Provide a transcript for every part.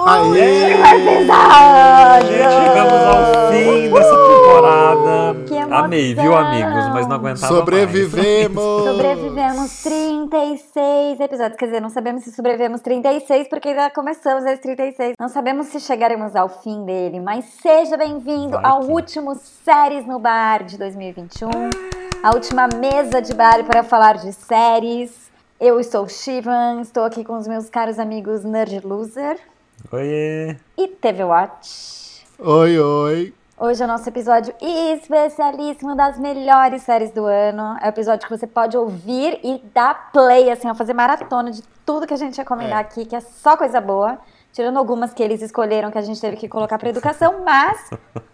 Aê! Chegamos ao fim dessa temporada. Que emoção! Amei, viu, amigos? Mas não aguentava Sobrevivemos! Sobrevivemos 36 episódios. Quer dizer, não sabemos se sobrevivemos 36, porque ainda começamos esse 36. Não sabemos se chegaremos ao fim dele, mas seja bem-vindo ao último Séries no Bar de 2021. A última mesa de bar para falar de séries. Eu sou Shivan, estou aqui com os meus caros amigos Nerd Loser. Oiê! E TV Watch. Oi, oi. Hoje é o nosso episódio especialíssimo das melhores séries do ano. É o episódio que você pode ouvir e dar play, assim, ó, fazer maratona de tudo que a gente ia comentar aqui, que é só coisa boa. Tirando algumas que eles escolheram que a gente teve que colocar pra educação, mas...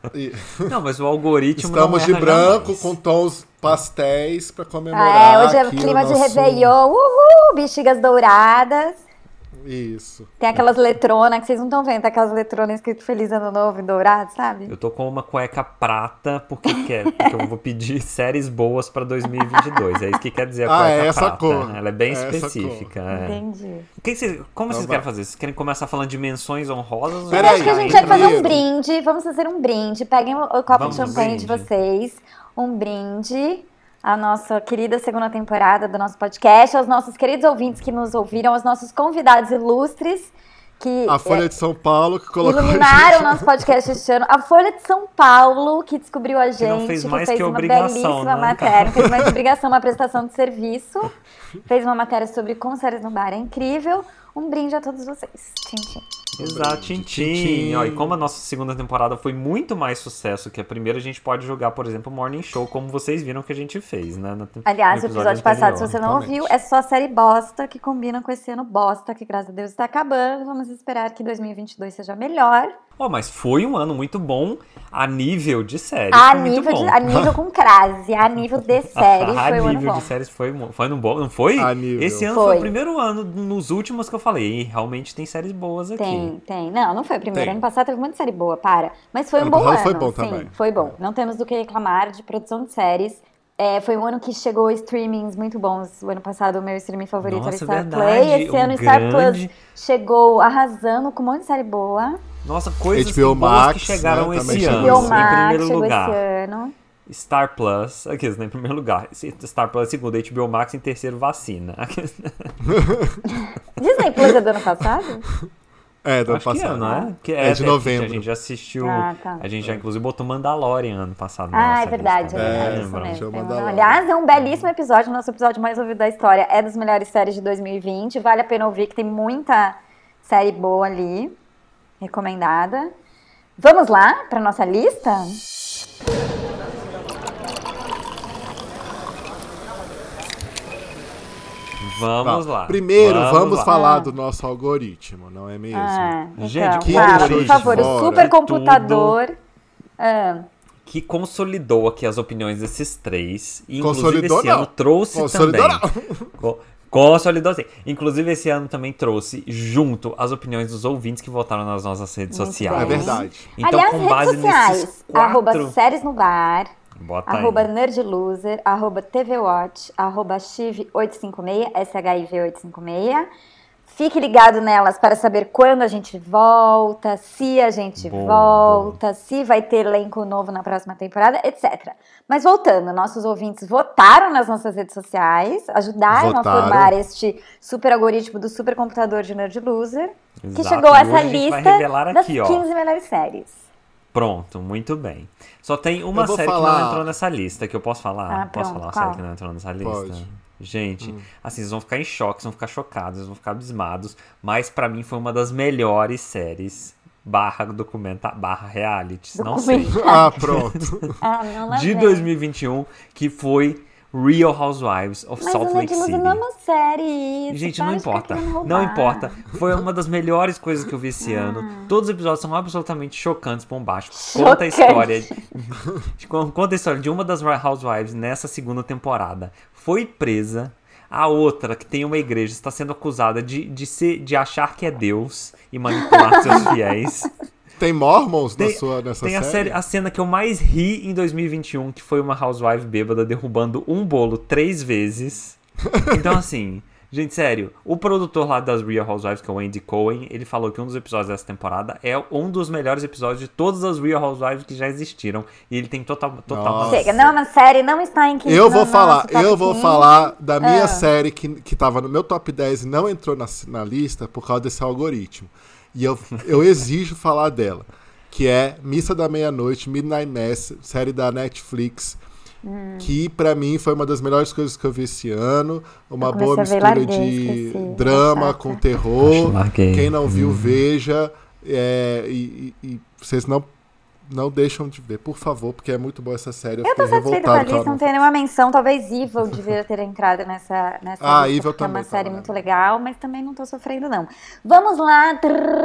Não, mas o algoritmo Estamos não de erra branco, jamais. com tons pastéis pra comemorar. hoje é aqui clima o de nosso... Réveillon, uhul, bexigas douradas. Isso. Tem aquelas letronas que vocês não estão vendo, aquelas letronas escrito Feliz Ano Novo em dourado, sabe? Eu tô com uma cueca prata porque eu vou pedir séries boas pra 2022. É isso que quer dizer a cueca é essa prata. cor. Ela é bem É essa específica. Entendi. Como vocês Então querem vai. fazer? Vocês querem começar falando de menções honrosas? Eu Peraí, acho que a gente aí, vai fazer um primeiro. brinde. Vamos fazer um brinde. Peguem o copo Vamos, de champanhe de brinde. vocês. Um brinde à nossa querida segunda temporada do nosso podcast, aos nossos queridos ouvintes que nos ouviram, aos nossos convidados ilustres que A Folha de São Paulo que colocou iluminaram o nosso podcast este ano. A Folha de São Paulo, que descobriu a gente, não fez mais fez que uma obrigação, belíssima né? matéria. Não fez mais que obrigação, uma prestação de serviço. Fez uma matéria sobre como séries no bar é incrível. Um brinde a todos vocês. Tchim, tchim. Exato, Tintim. Ó, e como a nossa segunda temporada foi muito mais sucesso que a primeira, a gente pode jogar, por exemplo, o Morning Show, como vocês viram que a gente fez, né? Aliás, o episódio passado, se você não exatamente. ouviu, é só série bosta que combina com esse ano bosta, que graças a Deus está acabando. Vamos esperar que 2022 seja melhor. Ó, mas foi um ano muito bom a nível de séries. A foi muito bom. nível com crase, a nível de série, A foi um ano nível bom. de séries foi no bom, não foi? A nível. Esse ano Foi. foi o primeiro ano nos últimos que eu falei. E realmente tem séries boas aqui. Tem. Não foi o primeiro. Tem. Ano passado teve muita série boa, para. Mas foi um Ano bom passado ano. foi bom sim, também. foi bom. Não temos do que reclamar de produção de séries. Foi um ano que chegou streamings muito bons. O ano passado o meu streaming favorito Nossa, era Star verdade, Play. Esse um ano Star grande- Plus chegou arrasando com um monte de série boa. Nossa, coisas HBO boas Max, que chegaram né, esse também ano. chegou. HBO Em Max primeiro chegou lugar, esse ano. Star Plus, aqui, em primeiro lugar. Star Plus em segundo, HBO Max em terceiro, vacina. Disney Plus é do ano passado? É, do ano Acho que é, passado. não é? Que É de novembro. A gente já assistiu, Ah, tá. a gente já inclusive botou Mandalorian ano passado. na Ah, nossa é verdade, lista, é né? verdade. É, Isso Lembra? mesmo. Chama Tem um- Mandalorian. Aliás, é um belíssimo episódio, o nosso episódio mais ouvido da história. É das melhores séries de 2020. Vale a pena ouvir, que tem muita série boa ali. Recomendada. Vamos lá para nossa lista? Vamos lá. Primeiro, vamos lá. falar do nosso algoritmo, não é mesmo? Gente, Então, que fala, deixou por de favor, o fora supercomputador. Que consolidou aqui as opiniões desses três. E, inclusive, Consolidou, esse ano não. trouxe Consolidou, também. Consolidou, sim. Inclusive, esse ano também trouxe junto as opiniões dos ouvintes que votaram nas nossas redes Muito sociais. É bem. verdade. Então, Aliás, com redes base sociais. nesses quatro... Arroba séries no bar. Bota Arroba aí. nerdloser. Arroba tvwatch. Arroba chiv856. SHIV856. Fique ligado nelas para saber quando a gente volta, se a gente Boa, volta, se vai ter elenco novo na próxima temporada, etc. Mas voltando, nossos ouvintes votaram nas nossas redes sociais, ajudaram Votaram. a formar este super algoritmo do supercomputador de Nerd Loser, que Exato. chegou a E essa hoje a gente vai lista revelar das aqui, ó. 15 melhores séries. Pronto, muito bem. Só tem uma Eu vou série que falar- não entrou nessa lista, que eu posso falar? Ah, Posso pronto, falar uma qual? série que não entrou nessa lista? Pode. Gente, assim, vocês vão ficar em choque, vocês vão ficar chocados, vocês vão ficar abismados, mas pra mim foi uma das melhores séries barra realities, não sei, Ah, pronto. Ah, não, lá de vem. 2021, que foi Real Housewives of Mas Salt o Lake Nerd City. Loser não é uma série. Gente, Para não de ficar importa. querendo roubar. Não importa. Foi uma das melhores coisas que eu vi esse ano. Todos os episódios são absolutamente chocantes, bombásticos. Conta a história. Conta a história de uma das Housewives nessa segunda temporada. Foi presa. A outra, que tem uma igreja, está sendo acusada de achar que é Deus e manipular seus fiéis. Tem Mormons nessa Tem série? a cena que eu mais ri em 2021, que foi uma housewife bêbada derrubando um bolo 3 vezes. Então, assim, Gente, sério, o produtor lá das Real Housewives, que é o Andy Cohen, ele falou que um dos episódios dessa temporada é um dos melhores episódios de todas as Real Housewives que já existiram. E ele tem total Chega, não, uma série não está em quinto. Eu vou falar da minha série que tava no meu top 10 e não entrou na lista por causa desse algoritmo. E eu exijo falar dela, que é Missa da Meia-Noite, Midnight Mass, série da Netflix, que pra mim foi uma das melhores coisas que eu vi esse ano. Uma boa mistura de drama com terror. Quem não viu, veja. E vocês não deixam de ver, por favor, porque é muito boa essa série. Eu tô satisfeita com a lista, não tem nenhuma menção. Talvez Evil devia ter entrado nessa lista, Evil porque é uma também série muito legal, mas também não tô sofrendo, não. Vamos lá!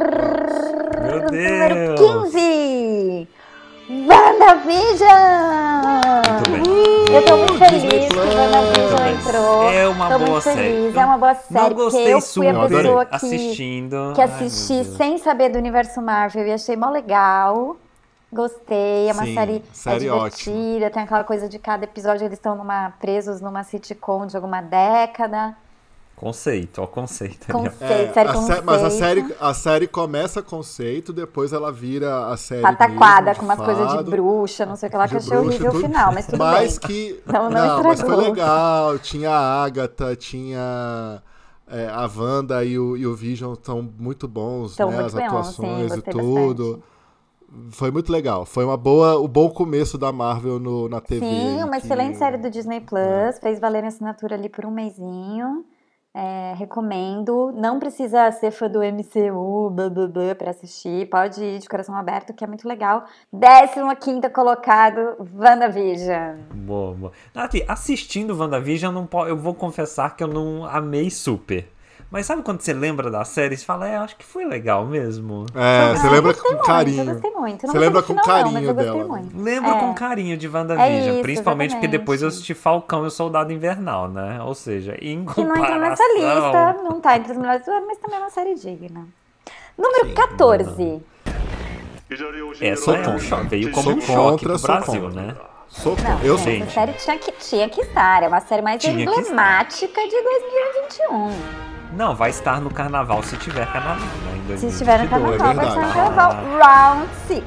Meu Número Deus! 15! WandaVision! Muito bem. Eu tô muito feliz que WandaVision entrou. É uma tô boa muito série. feliz. É uma boa série, porque eu fui a pessoa que assisti sem saber do universo Marvel e achei mó legal. Gostei, é uma série divertida, ótima. Tem aquela coisa de cada episódio eles estão presos numa sitcom de alguma década. Conceito. Série conceito. Mas a série começa conceito, depois ela vira a série pataquada, mesmo, com umas coisas de bruxa, não sei o que lá, que eu achei horrível o final, mas tudo bem. Mas foi legal, tinha a Agatha, tinha... a Wanda e o Vision estão muito bons, né? As atuações e tudo. Bastante. Foi muito legal. Foi um bom começo da Marvel na TV. Sim, uma excelente série do Disney Plus. Fez valer minha assinatura ali por um mêsinho. Recomendo. Não precisa ser fã do MCU para assistir. Pode ir de coração aberto, que é muito legal. 15º colocado, WandaVision. Boa. Nath, assistindo WandaVision, eu vou confessar que eu não amei super. Mas sabe quando você lembra da série, você fala, acho que foi legal mesmo. Você lembra com carinho. Eu gostei muito. Você lembra com carinho dela. Lembro com carinho de WandaVision, principalmente porque depois eu assisti Falcão e o Soldado Invernal, né? Ou seja, em comparação... Que não entra nessa lista, não tá entre as melhores do ano, mas também é uma série digna. Número 14. Essa veio como um choque pro Brasil, né? Essa série tinha que estar. É uma série mais emblemática de 2021. Não, vai estar no carnaval se tiver carnaval, né? Em 2022. Se estiver no carnaval, vai estar no carnaval. Round 6.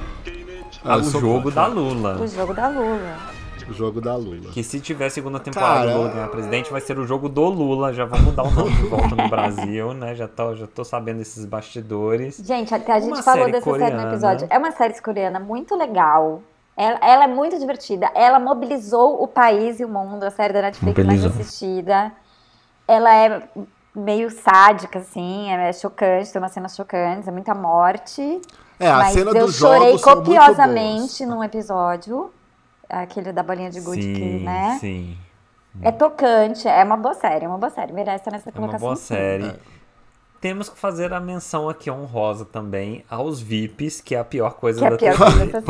O jogo da Lula. O jogo da Lula. O jogo da Lula. Que se tiver segunda temporada do Lula ganhar presidente, vai ser o jogo do Lula. Já vamos mudar o nome de volta no Brasil, né? Já tô sabendo desses bastidores. Gente, a gente falou dessa série no episódio. É uma série coreana muito legal. Ela é muito divertida. Ela mobilizou o país e o mundo. A série da Netflix mais assistida. Ela é meio sádica, assim, é chocante, tem umas cenas chocantes, é muita morte. A cena dos jogos eu chorei copiosamente num episódio, aquele da bolinha de gude, né? Sim. É tocante, é uma boa série, merece estar nessa colocação. É uma boa série. Temos que fazer a menção aqui honrosa também aos VIPs, que é a pior coisa da TV.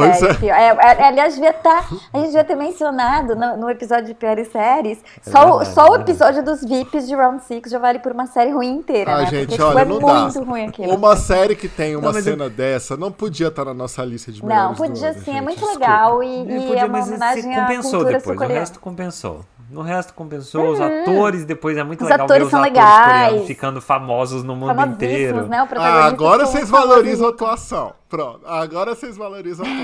Aliás, a gente devia ter mencionado no episódio de piores séries, só o episódio dos VIPs de Round 6 já vale por uma série ruim inteira, né? Gente, porque olha, não dá. Muito ruim aquilo. Uma série que tem uma cena dessa não podia estar na nossa lista de melhores do ano. Não, podia sim, é muito legal e é uma homenagem à cultura sul-coreana. O resto compensou. No resto compensou, os atores, depois é muito legal ver os atores coreanos ficando famosos no mundo inteiro. Né? Agora vocês valorizam a atuação. Pronto, agora vocês valorizam a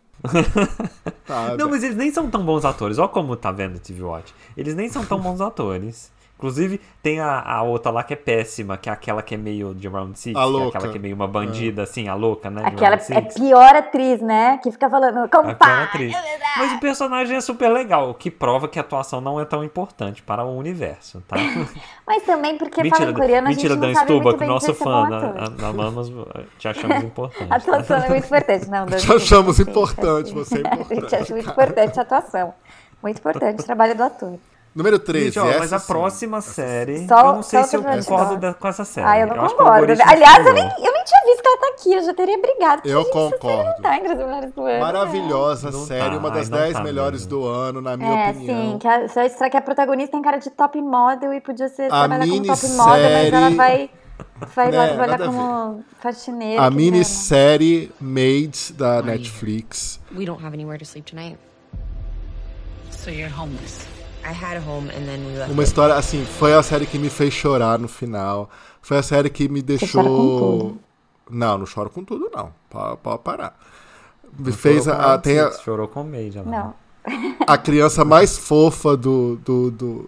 atuação. Não, mas eles nem são tão bons atores. Olha como tá vendo o TV Watch. Eles nem são tão bons atores. Inclusive, tem a outra lá que é péssima, que é aquela que é meio de Round 6, que é aquela que é meio uma bandida, assim, a louca, né? Aquela é pior atriz, né? Que fica falando, atriz. Mas o personagem é super legal, o que prova que a atuação não é tão importante para o universo, tá? Mas também porque fala em coreano, a gente não sabe muito bem nosso fã, amamos, te achamos importante. A atuação é muito importante, não? Te achamos importante, você é importante. A gente acha muito importante a atuação. Muito importante o trabalho do ator. Número 13. Gente, mas a próxima série, eu não sei se eu concordo com essa série. Eu não concordo. Aliás, eu nem tinha visto que ela tá aqui, eu já teria brigado. Eu concordo. Não tá entre as melhores do ano. Maravilhosa série, uma das 10 melhores do ano, na minha opinião. Sim, será que a protagonista tem cara de top model e podia ser trabalhar como top model, mas ela vai trabalhar como faxineira. A minissérie Maids da Netflix. We don't have anywhere to sleep tonight. So you're homeless. Uma história, assim, foi a série que me fez chorar no final. Foi a série que me deixou... Não choro com tudo, não. Pode parar. Me fez Chorou com Major. Não. A criança mais fofa do ano.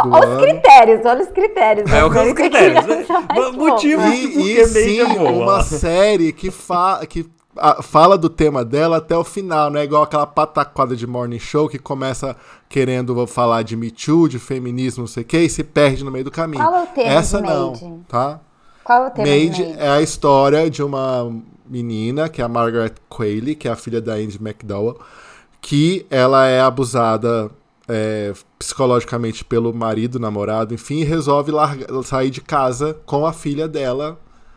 Olha os critérios. Os critérios. Motivo e sim, uma série que fala do tema dela até o final, não é igual aquela pataquada de morning show que começa querendo falar de Me Too, de feminismo, não sei o que, e se perde no meio do caminho. Qual é o tema Essa de não, Made? tá? Qual é o tema Made de Made? é a história de uma menina, que é a Margaret Qualley, que é a filha da Andie MacDowell, que ela é abusada psicologicamente pelo marido, namorado, enfim, e resolve sair de casa com a filha dela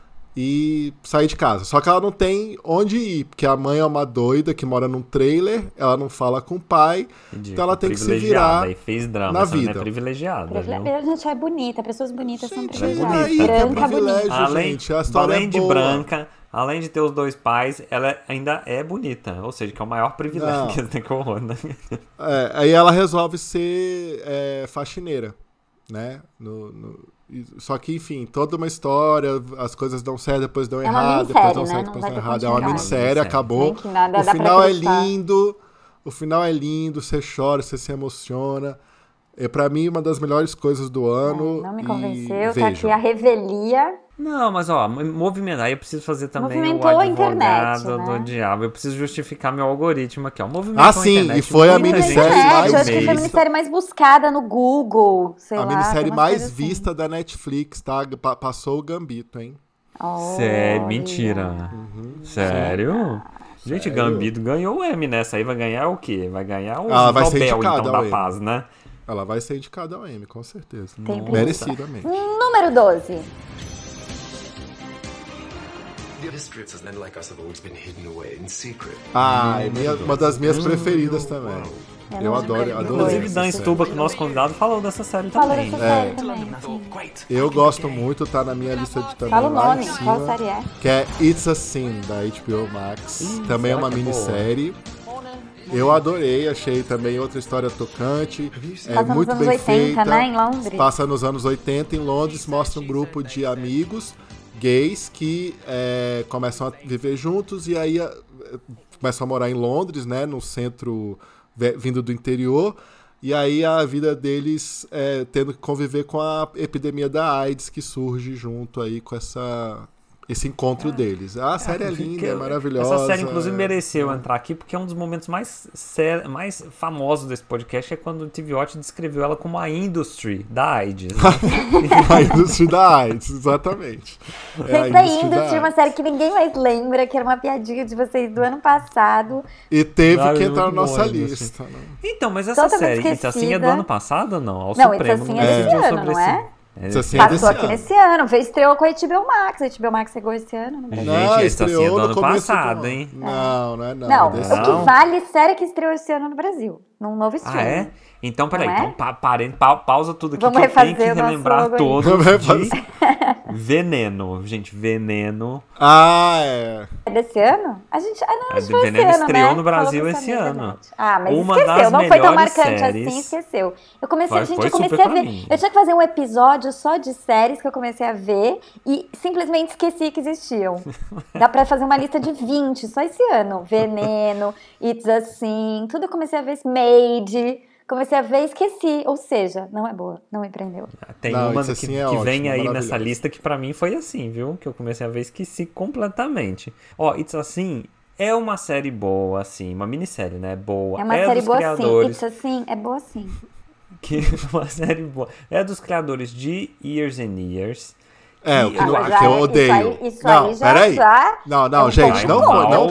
e sair de casa. Só que ela não tem onde ir, porque a mãe é uma doida que mora num trailer, ela não fala com o pai, então ela tem que se virar e fez drama, na vida. Não é privilegiada, A gente é bonita, pessoas bonitas são privilegiadas. Aí, Branca bonita. Além de branca, além de ter os dois pais, ela ainda é bonita. Ou seja, que é o maior privilégio que tem com o Rona. Aí ela resolve ser faxineira, né? Só que, enfim, toda uma história, as coisas dão certo, depois dão errado, depois dão certo, depois dão errado. É uma minissérie, acabou. O final é lindo, você chora, você se emociona. É, pra mim, uma das melhores coisas do ano. Não me convenceu, tá aqui a revelia. Não, mas movimentar, aí eu preciso fazer também Movimentou o a internet, advogado né? do diabo. Eu preciso justificar meu algoritmo aqui, ó. Movimentou a sim, internet, e foi a muita gente minissérie Eu mais acho que foi a minissérie mais buscada no Google, sei lá. A minissérie mais assim. vista da Netflix, tá? Passou o Gambito, hein? Sério? Mentira. Sério? Gente, Gambito ganhou o M nessa aí. Vai ganhar o quê? Vai ganhar o Nobel, então, da Paz, né? Ela vai ser indicada ao M, com certeza. Merecidamente. Merecidamente. Número 12. Uma das minhas preferidas também. Eu adoro. Inclusive, Dan Stuba, que o nosso convidado, falou dessa série também. Eu gosto muito, tá na minha lista de também. Fala o lá nome, em cima, qual série é? Que é It's a Sin, da HBO Max. Também é uma minissérie. Eu adorei, achei também outra história tocante. Passa muito nos anos bem 80, feita. né, em Londres. Passa nos anos 80 em Londres, mostra um grupo de amigos gays que começam a viver juntos e aí começam a morar em Londres, né, no centro vindo do interior. E aí a vida deles tendo que conviver com a epidemia da AIDS que surge junto aí com esse encontro deles. A série é linda, é maravilhosa. Essa série, inclusive, mereceu entrar aqui, porque é um dos momentos mais famosos desse podcast, é quando o TV Watch descreveu ela como a industry da AIDS. Né? A industry da AIDS, exatamente. A industry, uma série que ninguém mais lembra, que era uma piadinha de vocês do ano passado. E teve que entrar na nossa lista. Né? Então, mas essa série, It's Assim, é do ano passado ou não? Ao não, Supremo, It's Assim é desse ano, não é? Passou aqui nesse ano, estreou com a HBO Max. A HBO Max chegou esse ano. Gente, esse assim é do ano passado, hein? Não. Não, o que vale série que estreou esse ano no Brasil, num novo stream. Ah, é? Então, peraí, pausa tudo aqui. Vamos que eu tenho que refazer relembrar todos de Veneno. Gente, Veneno. É desse ano? A gente, acho que foi Veneno esse ano, estreou no Brasil esse ano. Mas uma esqueceu, das não foi tão marcante séries. assim, esqueceu. Eu comecei a ver. Mim. Eu tinha que fazer um episódio só de séries que eu comecei a ver e simplesmente esqueci que existiam. Dá pra fazer uma lista de 20 só esse ano. Veneno, It's Assim, tudo eu comecei a ver. Made. Comecei a ver e esqueci. Ou seja, não é boa. Não me prendeu. Tem uma que vem aí nessa lista que pra mim foi assim, viu? Que eu comecei a ver e esqueci completamente. It's Assim é uma série boa, assim. Uma minissérie, né? Boa. É uma série boa, sim. It's Assim é boa, sim. Que é uma série boa. É dos criadores de Years and Years. Que eu odeio. Isso aí já Não, gente, não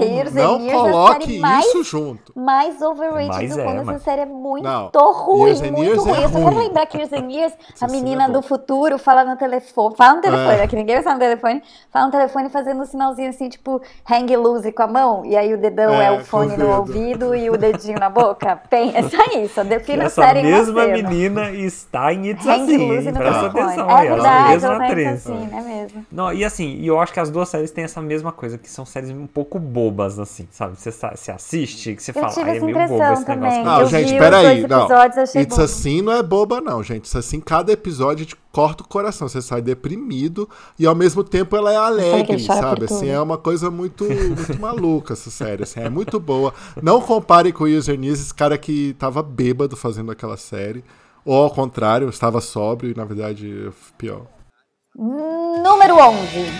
coloque isso junto. Mais overrated do mundo. Essa série é muito ruim, Years and Years muito ruim. Eu só quero lembrar que Years and Years, a menina do futuro fala no telefone. Fala no telefone, que ninguém vai falar no telefone. Fala no telefone fazendo um sinalzinho assim, tipo, hang loose com a mão. E aí o dedão é o fone no ouvido e o dedinho na boca. É só isso. Defina a série em essa mesma menina está em It's Assim. Presta atenção aí. É verdade, mesma atriz. Sim, é mesmo. Não, e assim, eu acho que as duas séries têm essa mesma coisa, que são séries um pouco bobas, assim, sabe? Você assiste, que você fala, tive é essa meio bobo impressão esse também. negócio. Não, Eu gente, vi os peraí. dois Não. episódios, achei It's bom. Assim não é boba, não, gente. It's Assim, cada episódio te corta o coração. Você sai deprimido e ao mesmo tempo ela é alegre, ele chora sabe? por Assim, tudo. é uma coisa muito, muito maluca essa série. Assim, é muito boa. Não compare com o User News, esse cara que tava bêbado fazendo aquela série. Ou ao contrário, estava sóbrio e na verdade pior. Número 11.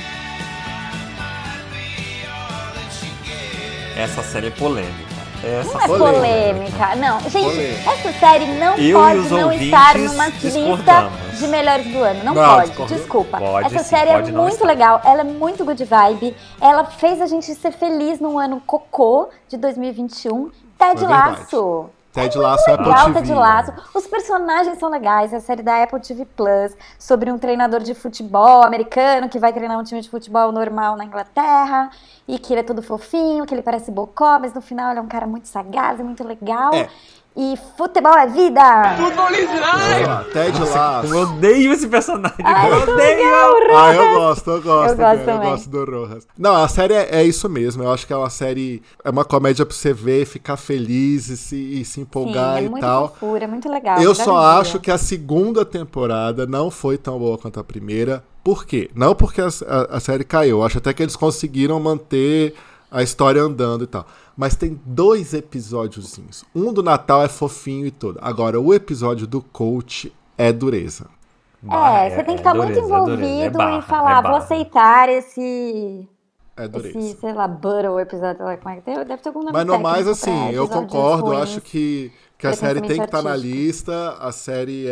Essa série é polêmica. Essa Não é série polêmica. Não, gente, Polêmica. essa série não Eu e pode os não ouvintes estar numa lista discordamos. de melhores do ano. Não, Não, pode, discordo. desculpa. Pode Essa sim, série pode é não muito estar. legal, ela é muito good vibe. Ela fez a gente ser feliz no ano cocô de 2021. Ted É verdade. Lasso. Ted Lasso é Legal, Apple Ted TV. Lasso. Os personagens são legais. É a série da Apple TV Plus sobre um treinador de futebol americano que vai treinar um time de futebol normal na Inglaterra e que ele é todo fofinho, que ele parece bocó, mas no final ele é um cara muito sagaz e muito legal. É. E futebol é vida! Sei lá, Ted Lasso. Eu odeio esse personagem. Ai, eu muito odeio. legal, Ah, eu gosto Eu gosto também. Eu gosto do Rojas. Não, a série é isso mesmo. Eu acho que é uma série. É uma comédia pra você ver, ficar feliz e se empolgar Sim, é e muito tal. fofura, é muito legal. Eu melhor só dia. acho que a segunda temporada não foi tão boa quanto a primeira. Por quê? Não porque a série caiu. Eu acho até que eles conseguiram manter a história andando e tal. Mas tem 2 episódiozinhos. Um do Natal é fofinho e tudo. Agora, o episódio do coach é dureza. Você tem que estar muito envolvido e falar, vou aceitar esse, É dureza. sei lá, Buttle episódio, sei lá como é que tem, deve ter algum nome Mas no mais, técnico pra assim, eu episódios concordo. Eu ruins. acho que a série tem que estar na artístico. lista. A série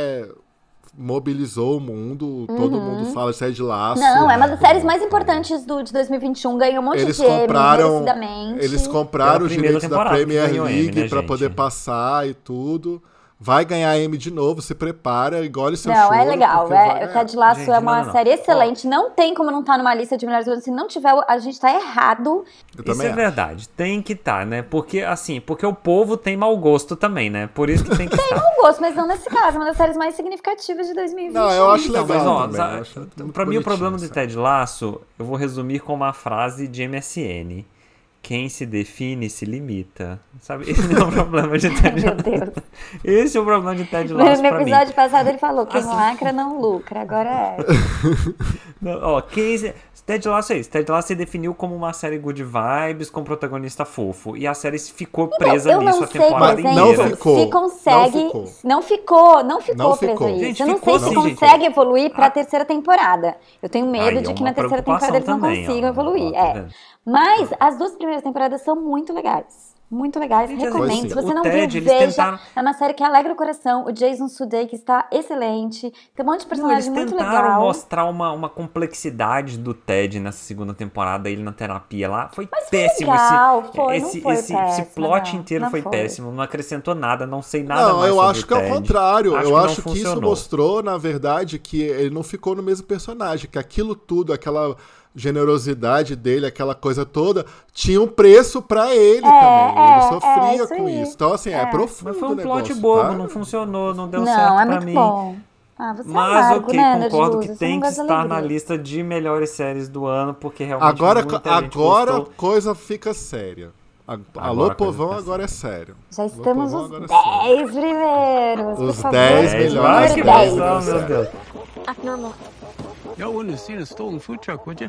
mobilizou o mundo. Todo mundo fala de Ted Lasso. Não, é uma das séries mais importantes de 2021, ganhou um monte Eles de Emmy, compraram, merecidamente. eles compraram Pela os primeira direitos da temporada que Premier ganhou League Emmy, né, pra gente? poder passar e tudo. Vai ganhar Emmy de novo, se prepara, engole seu Não, choro. é legal. porque vai ganhar. O Ted Lasso Gente, é uma não. série excelente. Não tem como não estar numa lista de melhores do ano. Se não tiver, a gente tá errado. Eu Isso também é acho. verdade, tem que estar, né? Porque o povo tem mau gosto também, né? Por isso que tem que estar. Não gosto, mas não nesse caso. É uma das séries mais significativas de 2021. Não, eu acho Então, legal mas, ó, também. Eu acho muito pra mim o bonitinho, problema do sabe? Ted Lasso, eu vou resumir com uma frase de MSN. Quem se define se limita. Sabe? Esse é o problema de Ted Meu Lasso. Deus. Esse é o problema de Ted No Lasso pra mim. episódio passado ele falou: quem Assim- lacra não lucra. Agora é. Não, ó, Ted Lasso é isso. Ted Lasso se definiu como uma série good vibes com protagonista fofo. E a série ficou presa eu nisso não a sei, temporada por inteira. Não ficou. se consegue. Não ficou Não preso ficou. aí. Gente, Eu não ficou sei se sim, gente. consegue evoluir pra terceira temporada. Eu tenho medo Aí de é que uma na terceira temporada eles não preocupação consigam também, ó. evoluir. Ó, tá vendo? Mas as 2 primeiras temporadas são muito legais. Muito legais, Gente, recomendo. assim, Se você o não Ted, viu, eles veja. tentaram- É uma série que alegra o coração. O Jason Sudeikis está excelente. Tem um monte de Não, personagem eles muito tentaram legal. mostrar uma complexidade do Ted nessa segunda temporada, ele na terapia lá. Foi péssimo. legal, esse, foi, esse, não foi esse, péssimo, esse plot não. inteiro Não foi foi. péssimo, não acrescentou nada, não sei nada Não, mais eu sobre acho o que é o Ted. contrário. Eu não acho que isso funcionou. mostrou, na verdade, que ele não ficou no mesmo personagem, que aquilo tudo, aquela generosidade dele, aquela coisa toda, tinha um preço pra ele também. Ele sofria isso com aí. isso. Então, assim, é profundo Mas foi um o negócio, plot bobo, tá? não funcionou, não deu Não, certo é pra muito mim. bom. Ah, você é Mas amargo, ok, né, Nerd concordo Luz? que Você tem não que gosta de estar na alegria. lista de melhores séries do ano, porque realmente Agora muita gente a gostou. coisa fica séria. Alô, Agora a coisa povão, fica agora é sério. Já Alô, estamos povão, os agora é sério. 10 primeiros. Os por favor. 10 Vai, melhores que Número emoção, 10. meu Deus. Abnormal. Y'all wouldn't have seen a stolen food truck, would you?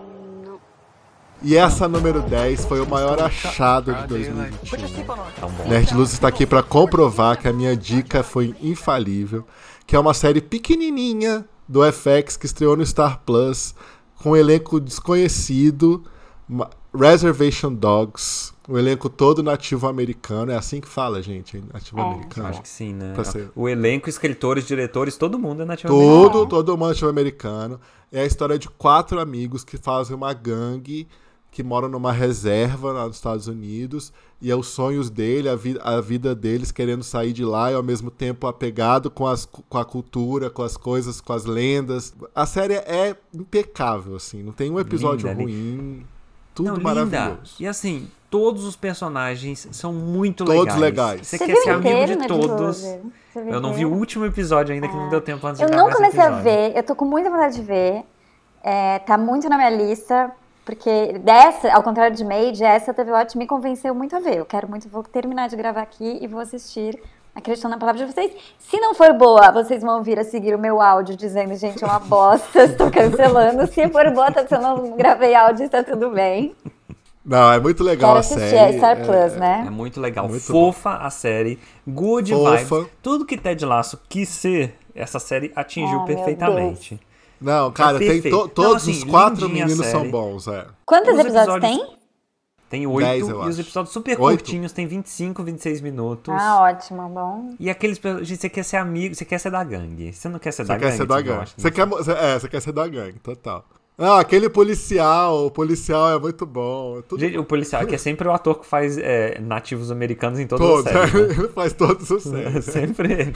E essa número 10 foi o maior achado de 2021. Tão bom. Nerd Luz está aqui para comprovar que a minha dica foi infalível, que é uma série pequenininha do FX que estreou no Star Plus, com um elenco desconhecido, Reservation Dogs, um elenco todo nativo americano, é assim que fala, gente, nativo americano. Acho que sim, né? Pra ser. O elenco, escritores, diretores, todo mundo é nativo americano. Todo mundo nativo americano. É a história de 4 amigos que fazem uma gangue que moram numa reserva lá nos Estados Unidos, e é os sonhos dele, a vida deles querendo sair de lá e ao mesmo tempo apegado com a cultura, com as coisas, com as lendas. A série é impecável, assim, não tem um episódio Linda, ruim, tudo Não, maravilhoso. linda. E assim, todos os personagens são muito Todos legais. legais. Você Você quer viu ser amigo inteiro, de Nerd todos. Lover? Você viu Eu não vi o inteiro? último episódio ainda, que não deu tempo antes de Eu gravar não comecei esse a episódio. ver, eu tô com muita vontade de ver. Tá muito na minha lista, porque dessa, ao contrário de Made, essa TV Watch me convenceu muito a ver. Eu quero muito, vou terminar de gravar aqui e vou assistir, acreditando na palavra de vocês. Se não for boa, vocês vão vir a seguir o meu áudio dizendo, gente, é uma bosta, estou cancelando. Se for boa, eu não gravei áudio, está tudo bem. Não, é muito legal Quero a assistir série. a Star Plus, né? É muito legal. Muito Fofa a série. Good Fofa. vibes. Tudo que Ted Lasso quis ser, essa série atingiu Oh, meu perfeitamente. Não, cara, tem perfeito. todos Não, assim, os 4 lindinha a meninos são série. bons, Quantos Os episódios episódios- tem? Tem 8 10, eu e os acho. episódios super 8? curtinhos, tem 25, 26 minutos. Ah, ótimo, bom. E aqueles. Gente, você quer ser amigo, você quer ser da gangue. Você não quer ser Você da quer gangue. ser da você gangue. gosta, Você quer ser da gangue, total. Ah, aquele policial, o policial é muito bom. Tudo Gente, o policial que é sempre o ator que faz nativos americanos em todas todos, as séries. Né? ele faz todos os É séries. sempre ele.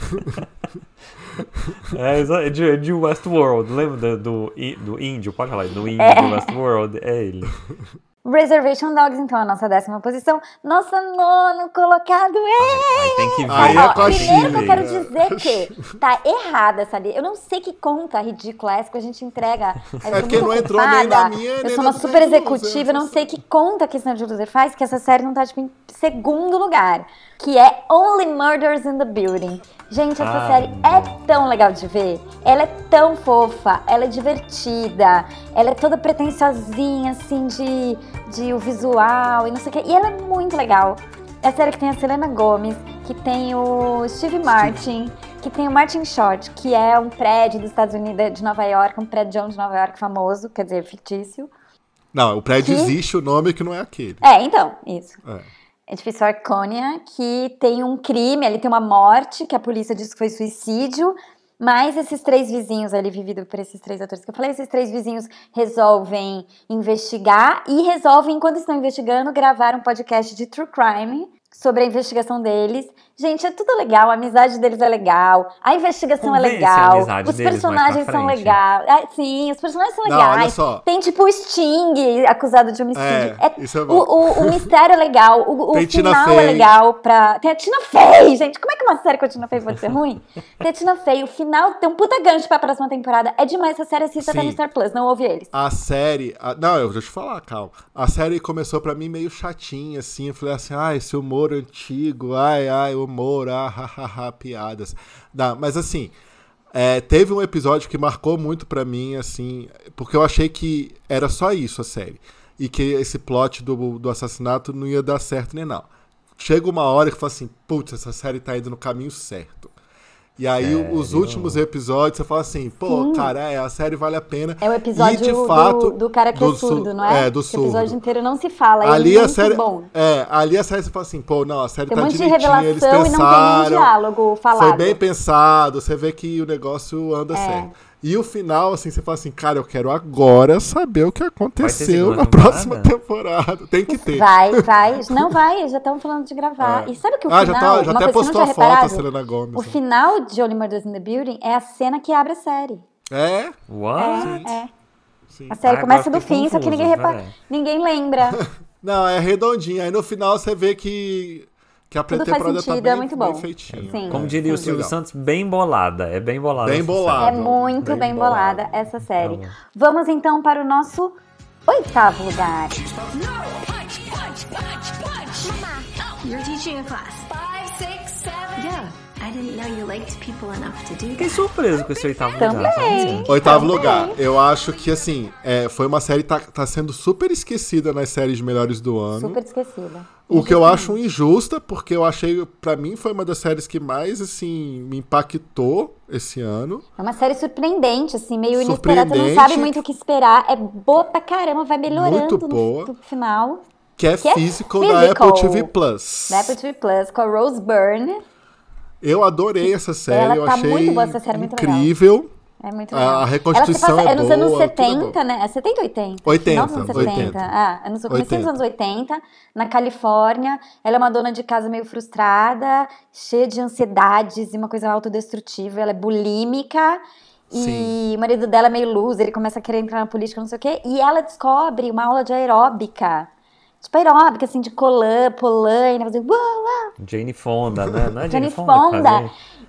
De Westworld, lembra do índio? Pode falar, do índio de Westworld? É ele. Reservation Dogs, então, a nossa 10ª posição. Nossa, 9º colocado. Aí tem que ver. Aí é com a Primeiro que eu Chile. quero dizer que tá errada essa lista. Eu não sei que conta ridícula essa que a gente entrega. Eu sou porque muito não entrou nem na ocupada. minha, Eu nem sou na uma do super Loser, executiva, eu não sei que conta que esse Loser faz, que essa série não tá, tipo, em segundo lugar. Que é Only Murders in the Building. Gente, essa série é tão legal de ver. Ela é tão fofa, ela é divertida, ela é toda pretensiosinha, assim, de o visual e não sei o quê. E ela é muito legal. É a série que tem a Selena Gomez, que tem o Steve Martin, que tem o Martin Short, que é um prédio dos Estados Unidos, de Nova York, um prédio de Nova York famoso, quer dizer, fictício. Não, o prédio Que? existe, o nome que não é aquele. Então, isso. Edifício Arconia, que tem um crime, ali tem uma morte, que a polícia diz que foi suicídio, mas esses 3 vizinhos ali, vivido por esses 3 atores que eu falei, esses 3 vizinhos resolvem investigar e resolvem, enquanto estão investigando, gravar um podcast de true crime sobre a investigação deles. Gente, é tudo legal, a amizade deles é legal, a investigação Convence é legal, a amizade os deles personagens mais pra são frente. legais. Sim, os personagens são Não, legais. olha só. Tem tipo o Sting acusado de homicídio. Isso é bom. O mistério é legal, o Tem Tina final Fey. é legal pra... Tem a Tina Fey, gente. Como é que uma série com a Tina Fey pode ser ruim? Tem a Tina Fey, o final tem um puta gancho pra próxima temporada. É demais essa série, assista até Sim. no Star Plus, não ouve eles. A série... Não, eu vou te falar, calma. A série começou pra mim meio chatinha, assim. Eu falei assim, esse humor antigo, humor, piadas. Não, mas assim, teve um episódio que marcou muito pra mim, assim, porque eu achei que era só isso a série. E que esse plot do assassinato não ia dar certo nem não. Chega uma hora que fala assim, putz, essa série tá indo no caminho certo. E aí, os últimos episódios, você fala assim, pô, cara, a série vale a pena. É o episódio e, de fato, do cara que é surdo, não é? Do surdo. O episódio inteiro não se fala, Ali é a muito série, bom. ali a série você fala assim, pô, não, a série Tem tá um monte de direitinho, eles revelação e não tem nenhum pensaram, diálogo falado. foi bem pensado, você vê que o negócio anda certo. E o final, assim, você fala assim, cara, eu quero agora saber o que aconteceu na próxima temporada. Tem que ter. Vai. Não vai, já estão falando de gravar. E sabe que o final... já uma até coisa que postou eu a não tinha foto a reparado, Selena Gomez. o final de Only Murders in the Building é a cena que abre a série. É? What? Sim. A série começa agora do fiquei fim, só que confuso, ninguém repara. velho. Ninguém lembra. Não, é redondinho. Aí no final você vê que a Tudo faz pré-temporada sentido, tá bem, é muito bom. bem feitinha. Sim. Como diria o Muito Silvio legal. Santos, bem bolada. É bem bolada. Bem essa bolada. É série. muito bem bolada essa série. Tá bom. Vamos então para o nosso 8º lugar. You're teaching a class. 5, 6, 7. Yeah. I didn't know you liked people enough to do Fiquei that. surpreso com esse 8º lugar. Também. sabe? 8º lugar. Eu acho que, assim, foi uma série que tá sendo super esquecida nas séries melhores do ano. Super esquecida. O que eu acho injusta, porque eu achei, pra mim, foi uma das séries que mais, assim, me impactou esse ano. É uma série surpreendente, assim, meio inesperada. Você não Surpreendente. sabe muito o que esperar. É boa pra caramba, vai melhorando Muito boa. no final. Que é Que é Physical da Physical. Apple TV Plus. Da Apple TV Plus, com a Rose Byrne. Eu adorei essa série, Ela eu tá achei muito boa, essa série é muito legal. incrível. É muito legal. A reconstituição Ela se passa, é nos boa, anos tudo é 70, bom. né? É 70 ou 80? 80, Final dos anos 70. 80. É no começo dos 80. anos 80, na Califórnia. Ela é uma dona de casa meio frustrada, cheia de ansiedades e uma coisa autodestrutiva. Ela é bulímica. Sim. E o marido dela é meio loser, ele começa a querer entrar na política, não sei o quê. E ela descobre uma aula de aeróbica. Tipo aeróbica, assim, de polaina, fazer uau, uau. Jane Fonda, né? Não é Jane Jane Fonda? que Fonda. fazia?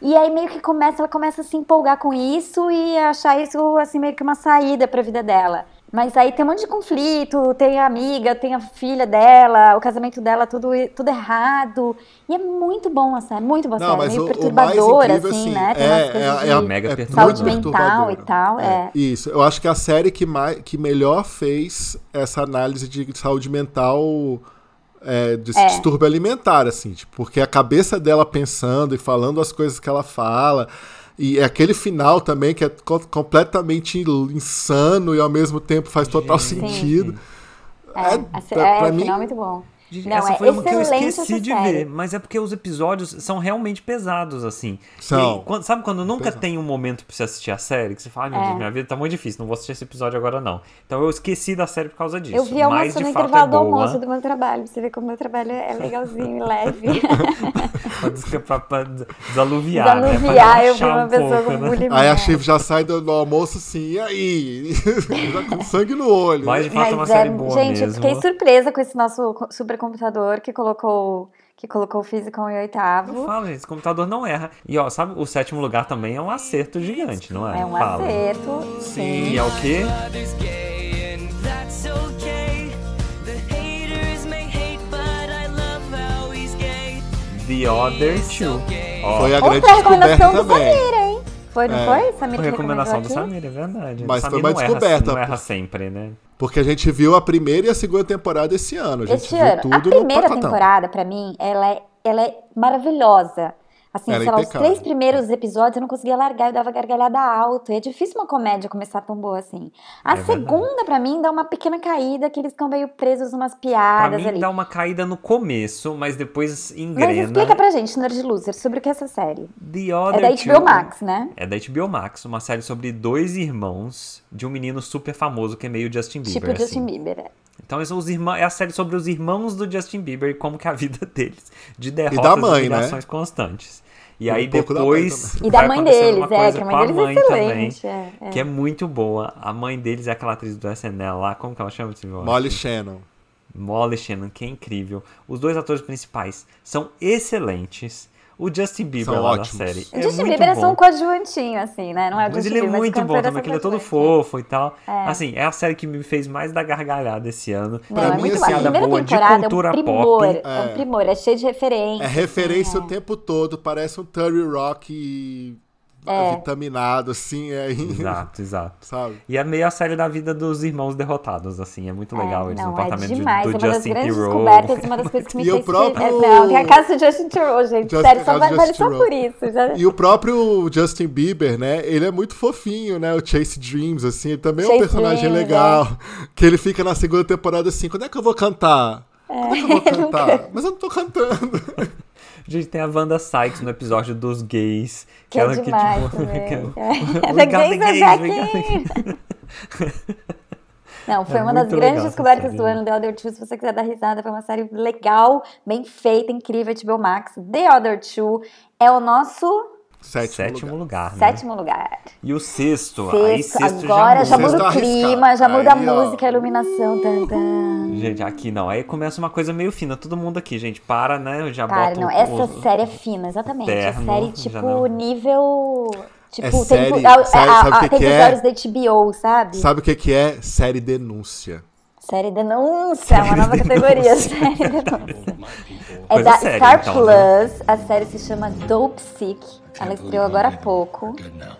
E aí meio que ela começa a se empolgar com isso e achar isso, assim, meio que uma saída pra vida dela. Mas aí tem um monte de conflito, tem a amiga, tem a filha dela, o casamento dela, tudo errado. E é muito bom, assim, é muito boa série, meio perturbadora, assim, né? Tem umas coisas de mega saúde mental e tal. Isso, eu acho que a série que melhor fez essa análise de saúde mental, desse distúrbio alimentar, assim, tipo, porque a cabeça dela pensando e falando as coisas que ela fala... E é aquele final também que é completamente insano e ao mesmo tempo faz total sentido. O final é muito bom. Não, essa foi uma que eu esqueci de ver, mas é porque os episódios são realmente pesados, assim. São. E, sabe quando nunca tem um momento pra você assistir a série, que você fala, meu Deus, minha vida tá muito difícil, não vou assistir esse episódio agora não. Então eu esqueci da série por causa disso. Eu vi almoço no intervalo do almoço do meu trabalho, pra você ver como o meu trabalho é legalzinho e leve. pra desaluviar, né? Desaluviar, eu vi uma pessoa com bulimia. Aí a Chief já sai do almoço assim, e aí? Já com sangue no olho. Mas de fato é uma série boa gente, mesmo. Eu fiquei surpresa com esse nosso supercomputador que colocou o Physical em 8º. Eu falo, gente, esse computador não erra. E ó, sabe, o 7º lugar também é um acerto gigante, não é? É um acerto, sim. E é o quê? The Other Two. Foi a grande recomendação descoberta do também. Samir, hein? Foi, não foi? Samir Foi que recomendação do aqui? Samir, é verdade. Mas Samir foi uma descoberta. Não erra sempre, né? Porque a gente viu a primeira e a segunda temporada esse ano. Este ano. A primeira temporada, pra mim, ela é maravilhosa. Assim, Ela é sei lá, os impecável. 3 primeiros episódios eu não conseguia largar, eu dava gargalhada alto. E é difícil uma comédia começar tão boa assim. A segunda, pra mim, dá uma pequena caída, que eles ficam meio presos umas piadas Pra mim ali. dá uma caída no começo, mas depois engrena. Mas explica pra gente, Nerd Loser, sobre o que é essa série. The Other É da HBO Max, né? É da HBO Max, uma série sobre 2 irmãos de um menino super famoso que é meio Justin Bieber. Tipo Justin assim. Bieber, Então é a série sobre os irmãos do Justin Bieber e como que é a vida deles, de derrotas da mãe, e humilhações constantes. E aí depois E da vai mãe acontecendo deles, uma coisa que a com mãe deles é excelente. também, que é muito boa. A mãe deles é aquela atriz do SNL lá, como que ela chama? Molly Shannon. Molly Shannon, que é incrível. Os 2 atores principais são excelentes. O Justin Bieber São lá ótimos. da série O Justin muito Bieber é bom. só um coadjuvantinho, assim, né? Não é o Mas Justin ele é Bieber, muito mas bom também, porque ele é todo coadjuvante. fofo e tal. Assim, é a série que me fez mais dar gargalhada esse ano. Não, Pra é mim, muito assim, bom. A piada primeira boa de temporada cultura é um primor, pop. é um primor, é cheio de referências. É referência assim, o tempo todo, parece um 30 Rock vitaminado, assim. Exato. Sabe? E é meio a série da vida dos irmãos derrotados, assim. É muito legal eles no Não, apartamento é demais. do Uma das Justin grandes Theroux. descobertas, uma das coisas que me E o fez... próprio- Não, tem a casa do Justin Theroux, gente. Sério, só vale só por isso. Já... E o próprio Justin Bieber, né? Ele é muito fofinho, né? O Chase Dreams, assim. Ele também é um Chase personagem Dreams, legal. Que ele fica na segunda temporada assim, quando é que eu vou cantar? Quando é que eu vou cantar? Mas eu não tô cantando. Gente, tem a Wanda Sykes no episódio dos gays. Que é demais tipo, também. We got the gays. Não, foi uma muito das grandes legal descobertas essa do série, ano, The Other Two. Se você quiser dar risada, foi uma série legal, bem feita, incrível, HBO Max. The Other Two é o nosso... Sétimo lugar. Né? 7º lugar. E o sexto Agora já muda o Sexto clima, arriscado. já muda Aí, a ó. música, a iluminação. Gente, aqui não. Aí começa uma coisa meio fina. Todo mundo aqui, gente, para, né? Eu já Cara, boto não, essa série é fina, exatamente. terno, série, já tipo, não. nível... Tipo, É série, sabe o que tem que episódios da HBO, sabe? Sabe o que é? Série denúncia. Série denúncia, é uma nova categoria, série denúncia. É Coisa da séria, Star então, Plus, né? a série se chama Dope Sick. Ela estreou agora há pouco. Good now.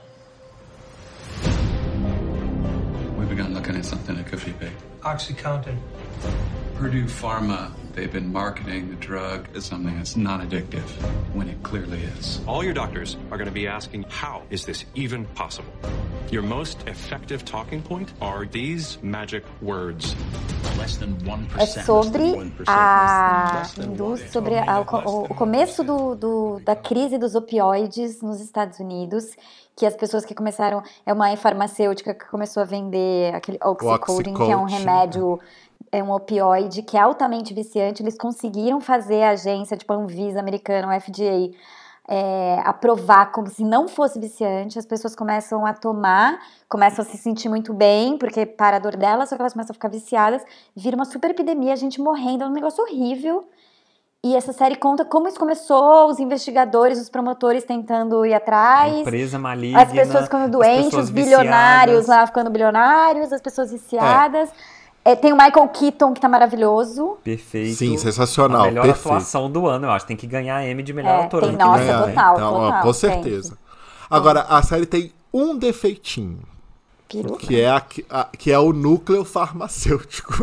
We begun looking at something that could be big. OxyContin. Purdue Pharma, they've been marketing the drug as something that's non-addictive, when it clearly is. All your doctors are going to be asking, how is this even possible? Your most effective talking point are these magic words. Less than 1%. É sobre a indústria, sobre o começo da crise dos opioides nos Estados Unidos, que as pessoas que começaram, é uma farmacêutica que começou a vender aquele Oxycodone, que é um remédio, é um opioide que é altamente viciante. Eles conseguiram fazer a agência, tipo a Anvisa americana, o FDA, aprovar como se não fosse viciante. As pessoas começam a tomar, começam a se sentir muito bem, porque para a dor delas, só que elas começam a ficar viciadas, vira uma super epidemia, a gente morrendo, é um negócio horrível. E essa série conta como isso começou, os investigadores, os promotores tentando ir atrás. A empresa maligna. As pessoas ficando doentes, os bilionários lá ficando bilionários, as pessoas viciadas. Tem o Michael Keaton, que tá maravilhoso. Perfeito. Sim, sensacional. A melhor perfeito. atuação do ano, eu acho. Tem que ganhar a Emmy de melhor ator. Tem, nossa, Então, total. com certeza. Agora, a série tem um defeitinho. Que é o núcleo farmacêutico.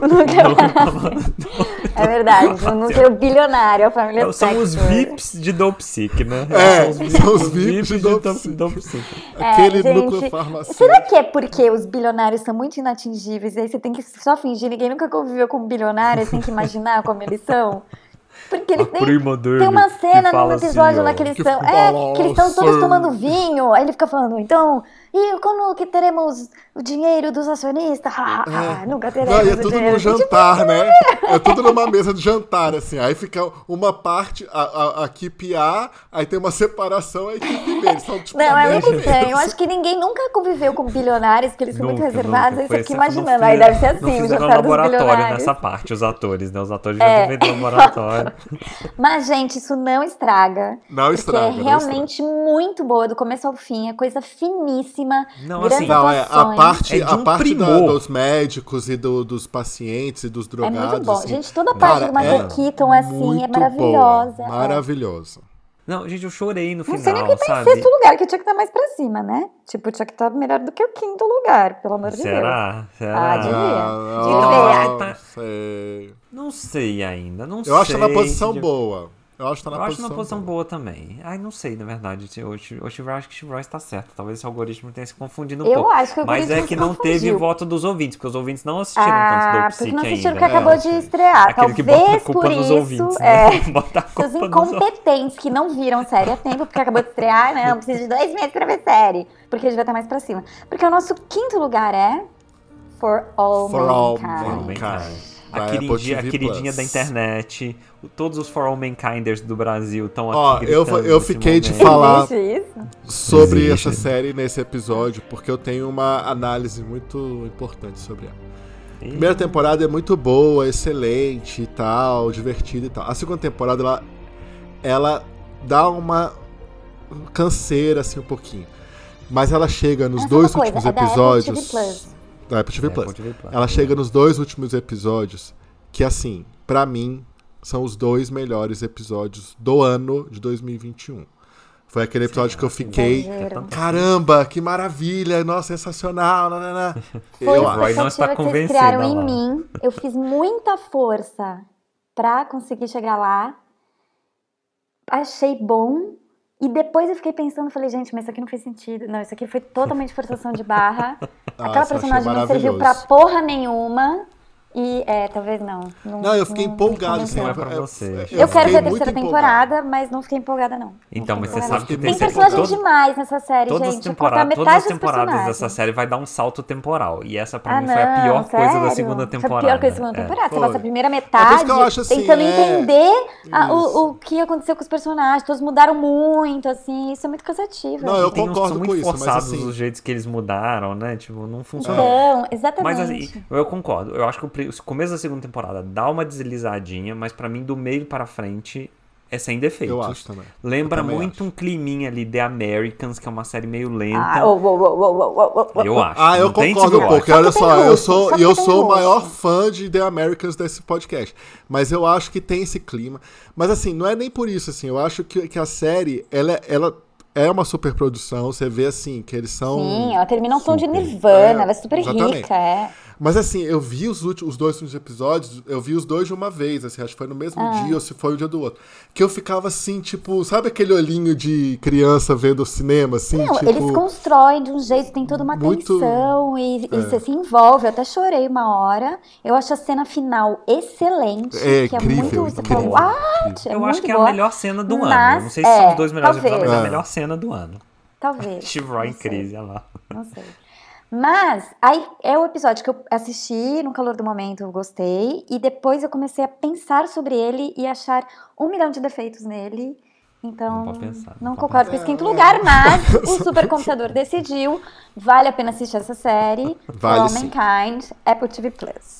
É verdade, o núcleo bilionário, a família São os VIPs de Dopesick, né? São os VIPs de Dopesick. Aquele núcleo farmacêutico. Será que é porque os bilionários são muito inatingíveis e aí você tem que só fingir, ninguém nunca conviveu com um bilionário, você tem que imaginar como eles são? Porque eles tem uma cena no episódio lá que eles estão que eles estão todos tomando vinho, aí ele fica falando, então, e quando que teremos o dinheiro dos acionistas? Nunca teremos o dinheiro. É tudo no jantar, né? É tudo numa mesa de jantar, assim. Aí fica uma parte, a equipe A, aí tem uma separação, a equipe B. Eles são, tipo, não, é muito estranho. Eu acho que ninguém nunca conviveu com bilionários, que eles são muito reservados. Aí você fica imaginando, aí deve ser assim, o jantar dos bilionários. Nessa parte, os atores, né? Os atores já vêm do laboratório. Mas, gente, isso não estraga. Não estraga. É realmente muito boa, do começo ao fim. É coisa finíssima. Não, grandes assim, atuações. a parte dos médicos e dos pacientes e dos drogados. É muito bom. Assim, gente, toda a parte do Michael Keaton, assim, é maravilhosa. Boa, maravilhosa. Não, gente, eu chorei no final, não sei nem o que tá sabe? em sexto lugar, que tinha que estar mais pra cima, né? Tipo, tinha que estar melhor do que o quinto lugar, pelo amor de Deus. Será? Devia. Não sei ainda, não sei. Eu acho que tá na posição boa. Eu acho que tá na posição boa também. Ai, não sei, na verdade. Eu acho que o Royce tá certo. Talvez esse algoritmo tenha se confundido um pouco. Eu acho que o Mas algoritmo é que não teve voto dos ouvintes, porque os ouvintes não assistiram tanto do Psique porque não assistiram ainda. porque acabou de estrear. Aquele que Talvez bota a culpa por nos isso, ouvintes, né? Bota a culpa os incompetentes que não viram série a tempo, porque acabou de estrear, né? Não precisa de 2 meses pra ver série. Porque devia estar mais pra cima. Porque o nosso quinto lugar é For All Mankind. A queridinha da internet, todos os For All Mankinders do Brasil estão aqui gritando. Eu fiquei de falar sobre essa série nesse episódio, porque eu tenho uma análise muito importante sobre ela. A primeira temporada é muito boa, excelente e tal, divertida e tal. A segunda temporada, ela dá uma canseira, assim, um pouquinho. Mas ela chega nos dois últimos episódios... Da Apple TV Plus. Ela chega nos 2 últimos episódios que, assim, pra mim, são os 2 melhores episódios do ano de 2021. Foi aquele episódio que eu fiquei, caramba, que maravilha, nossa, sensacional. Foi a expectativa que vocês criaram em mim. Eu fiz muita força pra conseguir chegar lá. Achei bom. E depois eu fiquei pensando, falei, gente, mas isso aqui não fez sentido. Não, isso aqui foi totalmente forçação de barra. Aquela personagem não serviu pra porra nenhuma. E, talvez não. Não, eu fiquei empolgado. Isso não é pra você. Eu quero ver a terceira temporada, mas não fiquei empolgada, não. Então, mas você sabe que tem personagem demais nessa série, gente. Todas as temporadas dessa série vai dar um salto temporal. E essa, pra mim, foi a pior coisa da segunda temporada. Foi a pior coisa da segunda temporada. Você passa a primeira metade tentando entender o que aconteceu com os personagens. Todos mudaram muito, assim. Isso é muito cansativo. Não, eu concordo com isso. São muito forçados os jeitos que eles mudaram, né? Tipo, não funcionou. Então, exatamente. Mas, assim, eu concordo. Eu acho que o começo da segunda temporada dá uma deslizadinha, mas pra mim, do meio para frente, é sem defeitos. Eu acho também. Lembra muito um climinha ali, The Americans, que é uma série meio lenta. Eu acho. Eu concordo um pouco. Olha só, eu sou o maior fã de The Americans desse podcast. Mas eu acho que tem esse clima. Mas assim, não é nem por isso, assim. Eu acho que a série, ela é uma super produção. Você vê, assim, que eles são... Sim, ela termina um tom de Nirvana. Ela é super rica, Mas assim, eu vi os 2 últimos episódios, eu vi os 2 de uma vez, assim, acho que foi no mesmo dia ou se foi o dia do outro. Que eu ficava assim, tipo, sabe aquele olhinho de criança vendo o cinema, assim? Não, tipo, eles constroem de um jeito, tem toda uma tensão e você se envolve. Eu até chorei uma hora. Eu acho a cena final excelente. Que incrível, é muito... Você fala, eu acho que é a melhor cena do ano. Não sei se são os 2 melhores episódios, mas é a melhor cena do ano. Talvez. Steve Roy em crise, olha lá. Não sei. Mas, aí é o episódio que eu assisti, no calor do momento eu gostei, e depois eu comecei a pensar sobre ele e achar 1 milhão de defeitos nele. Então, não concordo com esse quinto lugar, mas o supercomputador decidiu, vale a pena assistir essa série, For All Mankind, Apple TV Plus.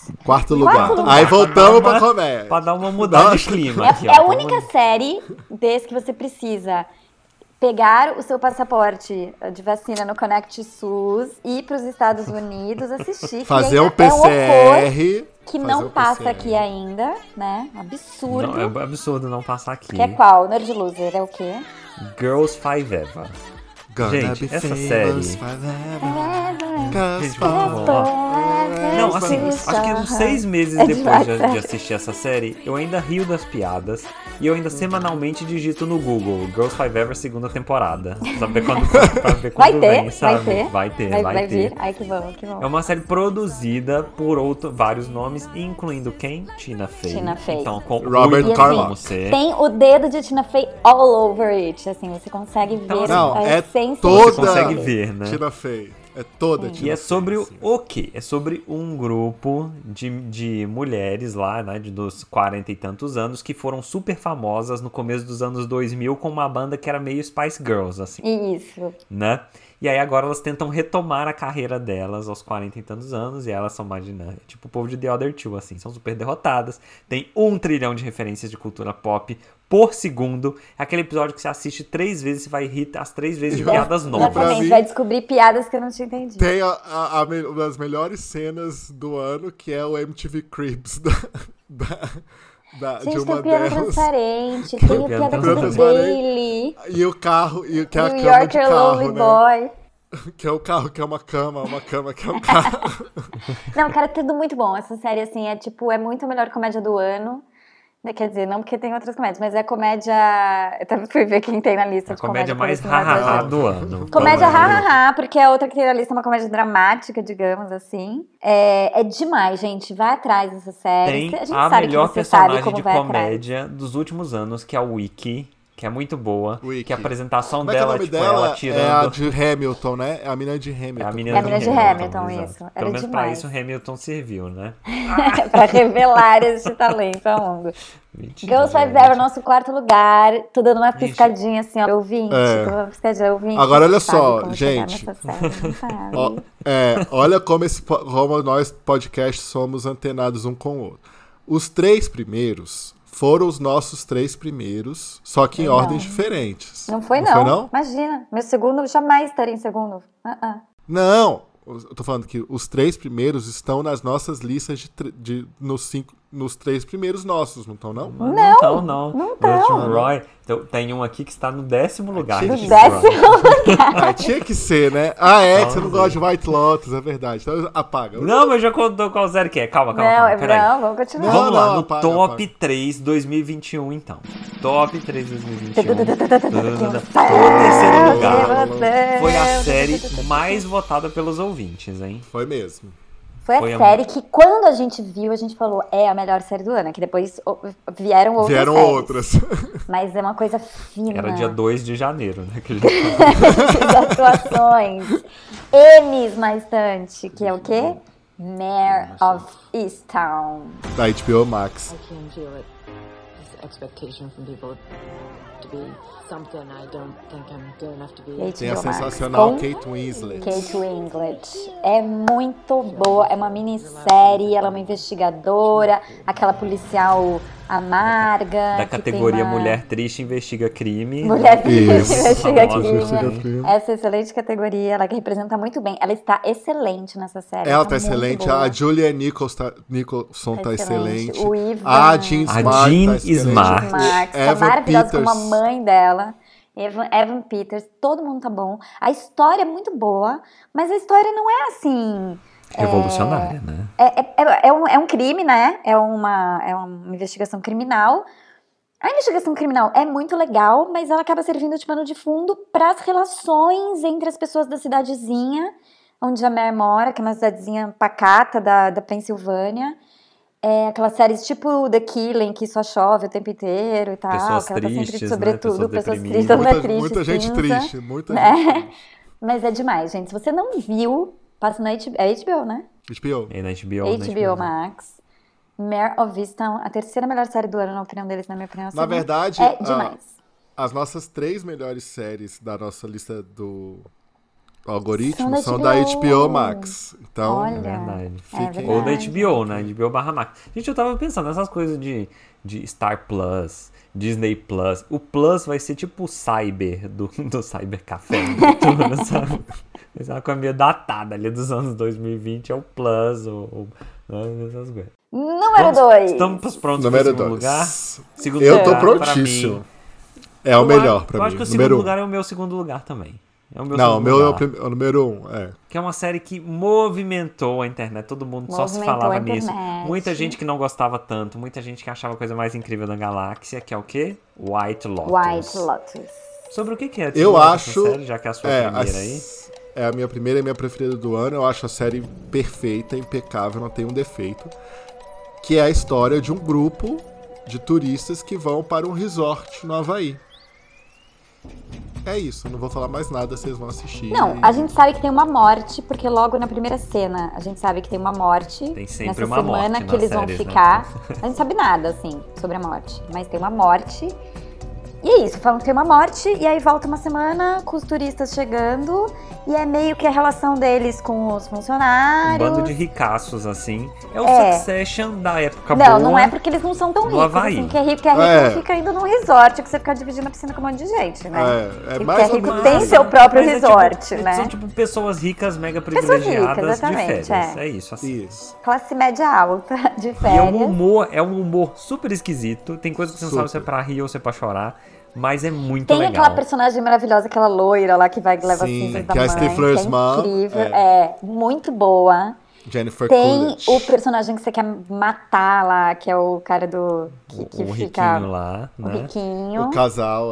Quarto lugar. lugar. Aí voltamos pra comédia. Pra dar uma mudada de clima aqui, É ó. a única série desse que você precisa pegar o seu passaporte de vacina no Connect SUS, ir para os Estados Unidos, assistir. Fazer um que ainda é horror, PCR. que fazer não um passa PCR. aqui ainda, né? Absurdo. Não, é absurdo não passar aqui. Que é qual? Nerd Loser é o quê? Girls Five Eva. Gonna Gente, be essa famous série- forever. 'Cause Gente, muito bom. Não, assim, acho que uns 6 meses É depois demais, de assistir essa série, eu ainda rio das piadas e eu ainda semanalmente digito no Google Girls Five Ever segunda temporada. Saber quando, pra ver Vai quando ter, vem, sabe? vai ter. Vai Vai ter. vir. Ai, que bom, que bom. É uma série produzida por vários nomes, incluindo quem? Tina Fey. Tina Fey. Então, com Robert muito Carlock. como ser. Tem o dedo de Tina Fey all over it, assim, você consegue Então, ver Não, a é essência. toda. Você consegue ver, né? Tina Fey. É toda Tina E é Fey, sobre assim. o quê? É sobre um grupo de mulheres lá, né, dos 40 e tantos anos, que foram super famosas no começo dos anos 2000 com uma banda que era meio Spice Girls, assim, Isso. né? E aí agora elas tentam retomar a carreira delas aos 40 e tantos anos, e elas são, imagina, tipo o povo de The Other Two, assim, são super derrotadas, tem 1 trilhão de referências de cultura pop por segundo, é aquele episódio que você assiste 3 vezes e vai rir as 3 vezes de piadas novas. Pra Exatamente, mim- vai descobrir piadas que eu não tinha entendido. Tem uma das melhores cenas do ano, que é o MTV Cribs de Gente, uma tem piano delas. transparente, tem o piano do transparente. Bailey, E o carro, que é a New cama de Yorker carro, Lonely né? Boy. Que é o carro, que é uma cama que é um carro. Não, cara, tudo muito bom. Essa série, assim, é muito a melhor comédia do ano. Quer dizer, não porque tem outras comédias, mas é comédia... Eu também fui ver quem tem na lista A de comédia mais por esse lado da hahaha gente. do ano. Comédia hahaha, porque a outra que tem na lista é uma comédia dramática, digamos assim. É demais, gente. Vai atrás dessa série. Tem A gente a sabe melhor que você sabe personagem como de vai atrás. comédia dos últimos anos, que é a Wiki, que é muito boa. Wiki. Que a apresentação Como é que é o dela, nome tipo, dela? ela É a tirando... de Hamilton, né? É a menina de Hamilton. É a É menina a menina de Hamilton, exato. isso. Era Pelo menos pra demais. isso Hamilton serviu, né? Pra revelar esse talento ao mundo. Mentira, Girls Five gente. Ever, nosso quarto lugar. Tô dando uma piscadinha assim, ó. Ouvinte, É. tô dando uma piscadinha, ouvinte. Agora, olha sabe só, como chegar gente. nessa série, não sabe? Olha como nós, podcast, somos antenados um com o outro. Os 3 primeiros foram os nossos 3 primeiros, só que em ordens diferentes. Não foi, Foi, não. não? Imagina, meu segundo jamais estaria em segundo. Não! Eu tô falando que os 3 primeiros estão nas nossas listas nos 3 primeiros nossos, não estão, não? Não estão, não. não Virgin tão. Roy. Então, tem um aqui que está no 10º lugar. No de No Virgin Roy. 10º. Ah, tinha que ser, né? Ah, é, que você não gosta de White Lotus, é verdade. Então apaga. Não, mas já contou qual série que é. Calma, Não, peraí. não, vamos continuar. Vamos lá, no apaga, top apaga. 3 2021, então. Top 3 2021. O O terceiro lugar foi a série mais votada pelos ouvintes, hein? Foi mesmo. Foi Foi a a- série que, quando a gente viu, a gente falou, é a melhor série do ano. Que depois vieram outras Vieram séries. outras. Mas é uma coisa fina. Era dia 2 de janeiro, né? Que a gente- de atuações. Emmys na estante, que é o quê? Mare of Easttown. Da HBO Max. I can feel it. This expectation from people to be something I don't think I'm good enough to be. Tem a HBO Max. sensacional Com Kate Winslet. Kate Winslet. É muito boa, é uma minissérie, ela é uma investigadora, aquela policial amarga. Da que categoria tem uma... Mulher Triste Investiga Crime. Mulher que Isso. investiga Famosa. crime. Essa excelente categoria, ela que representa muito bem. Ela está excelente nessa série. Ela tá muito excelente. boa. A Julia Nicholson tá Excelente. excelente. O Ivan. A Jean A Smart Jean tá excelente. Smart. Max, tá Evan maravilhosa como a Peters. mãe dela. Evan Peters, todo mundo tá bom. A história é muito boa, mas a história não é assim. Revolucionária, né? É um crime, né? É uma investigação criminal. A investigação criminal é muito legal, mas ela acaba servindo de pano de fundo para as relações entre as pessoas da cidadezinha, onde a Mare mora, que é uma cidadezinha pacata da Pensilvânia. É aquelas séries tipo The Killing, que só chove o tempo inteiro e tal. Pessoas que ela tá sempre, tristes, sobretudo, né? pessoas Pessoas tristes, todo mundo é Muita, triste, muita gente cinza, triste. Muita né? gente triste. Mas é demais, gente. Se você não viu, passa na HBO, é HBO, né? HBO. E na HBO, HBO Max. Mare of Easttown, a terceira melhor série do ano, na opinião deles, na minha opinião. a Na segunda. verdade, é demais. as nossas 3 melhores séries da nossa lista do Algoritmos são da HBO Max. Então, Olha, É verdade. Fiquem- Ou da HBO, né? HBO/Max. Gente, eu tava pensando nessas coisas de Star Plus, Disney Plus. O Plus vai ser tipo o Cyber do Cyber Café. Sabe? Vai ser uma coisa meio datada ali dos anos 2020. É o Plus, essas coisas. Número 2. Estamos prontos Número pro segundo 2. lugar? Segundo Eu tô lugar, pra prontíssimo. mim. É o melhor Eu pra mim. acho que o Número segundo 1. lugar é o meu segundo lugar também. É o meu Não, o segundo meu lugar. é o número 1. Que é uma série que movimentou a internet. Todo mundo só se Movimentou falava a nisso. internet. Muita gente que não gostava tanto. Muita gente que achava a coisa mais incrível da galáxia. Que é o quê? White Lotus. White Lotus. Sobre o que é? Eu acho. Série, já que é a sua primeira aí. É a minha primeira e minha preferida do ano. Eu acho a série perfeita, impecável, não tem um defeito. Que é a história de um grupo de turistas que vão para um resort no Havaí. É isso, não vou falar mais nada, vocês vão assistir. Não, a gente sabe que tem uma morte, porque logo na primeira cena a gente sabe que tem uma morte. Tem sempre nessa uma semana morte que nas eles vão séries, né? ficar. A gente sabe nada, assim, sobre a morte. Mas tem uma morte. E é isso, falam que tem uma morte, e aí volta uma semana com os turistas chegando, e é meio que a relação deles com os Um funcionários. bando de ricaços, assim. É o É. Succession da época boa. Não é porque eles não são tão no ricos, Havaí. assim, que é rico não fica indo num resort, que você fica dividindo a piscina com um monte de gente, né? É E mais que é ou rico menos tem assim. seu próprio Mas é resort, tipo, né? São tipo pessoas ricas, mega Pessoas privilegiadas ricas, de exatamente, férias. é. É isso, assim. Isso. Classe média alta, de E férias. é um humor super esquisito. Tem coisa que você não sabe se é pra rir ou se é pra chorar. Mas é muito Tem legal. aquela personagem maravilhosa, aquela loira lá que vai levar Sim, cinzas da que é a mãe, Stifler's que é mom. incrível, é muito boa. Jennifer Tem Coolidge. o personagem que você quer matar lá, que é o cara do... que o fica... riquinho lá, O né? riquinho. O casal,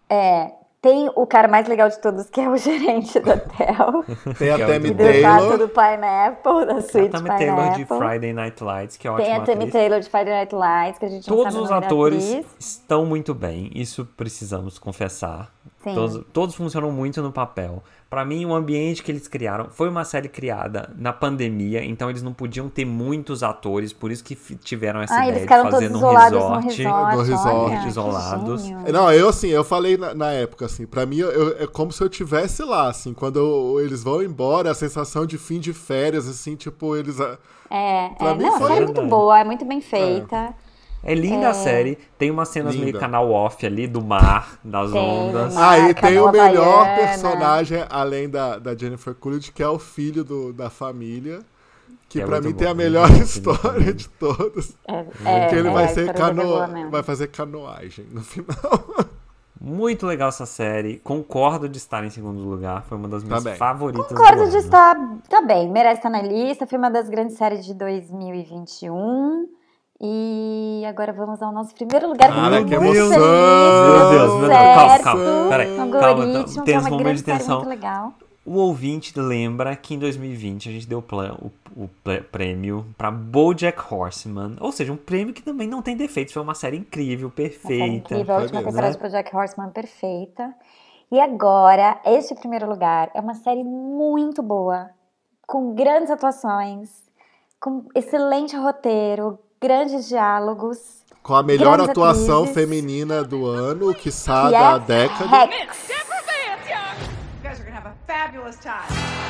Tem o cara mais legal de todos, que é o gerente do hotel. Tem a Que é o Tammy E do quarto Taylor. do Pineapple, da A suíte Tammy Taylor de Pineapple. Friday Night Lights, que é Tem ótima a Tammy atriz. Taylor de Friday Night Lights, que a gente não Todos sabe o os nome da atores atriz. estão muito bem, isso precisamos confessar. Sim. Todos funcionam muito no papel. Pra mim, o ambiente que eles criaram foi uma série criada na pandemia, então eles não podiam ter muitos atores, por isso que tiveram essa Eles ideia de ficaram fazer todos num isolados resort. No resort. olha, que Isolados. gênio. Não, eu falei na época, assim, pra mim é como se eu estivesse lá, assim, quando eles vão embora, a sensação de fim de férias, assim, tipo, eles... Pra mim Não, a foi- série é muito boa, é muito bem feita. É linda a série, tem umas cenas meio Linda. canal off ali, do mar, das Tem, ondas. do mar. Aí tem o Canoa melhor Havaiana. personagem, além da Jennifer Coolidge, que é o filho da família, que Que é pra muito mim tem bom, a né? melhor Muito história bom. de todas. Que ele vai ser canoa mesmo. vai fazer canoagem no final. Muito legal essa série, concordo de estar em segundo lugar, foi uma das minhas Também. favoritas do Concordo ano. de estar... Tá bem, merece estar na lista. Foi uma das grandes séries de 2021. E agora vamos ao nosso primeiro lugar. Cara, Fico que muito emoção! feliz, Meu Deus, deu meu Deus, calma, certo. calma, peraí, Um calma, algoritmo, tem que é esse uma momento grande de série tensão. muito legal. O ouvinte lembra que em 2020 a gente deu o prêmio pra BoJack Horseman, ou seja, um prêmio que também não tem defeitos, foi uma série incrível, Uma série perfeita. incrível, a última mesmo, temporada de BoJack Horseman perfeita. E agora, este primeiro lugar é uma série muito boa, com grandes atuações, com excelente roteiro, grandes diálogos. Com a melhor Grandes atuação atrizes. feminina do ano, quiçá Que da é década. Rex. You guys are gonna have a fabulous time.